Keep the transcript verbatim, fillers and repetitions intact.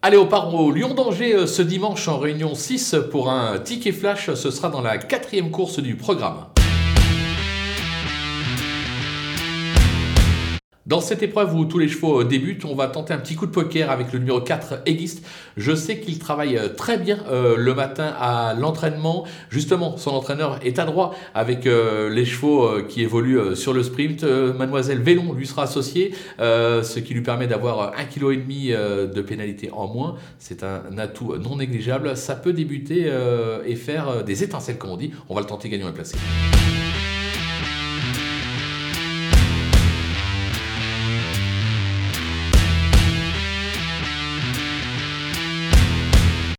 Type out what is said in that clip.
Allez, on part au Lyon d'Angers euh, ce dimanche en réunion six pour un ticket flash. Ce sera dans la quatrième course du programme. Dans cette épreuve où tous les chevaux débutent, on va tenter un petit coup de poker avec le numéro quatre, Aiguiste. Je sais qu'il travaille très bien euh, le matin à l'entraînement. Justement, son entraîneur est adroit avec euh, les chevaux euh, qui évoluent euh, sur le sprint. Euh, Mademoiselle Vélon lui sera associée, euh, ce qui lui permet d'avoir un virgule cinq kg euh, de pénalité en moins. C'est un atout non négligeable. Ça peut débuter euh, et faire des étincelles, comme on dit. On va le tenter gagnant et placé.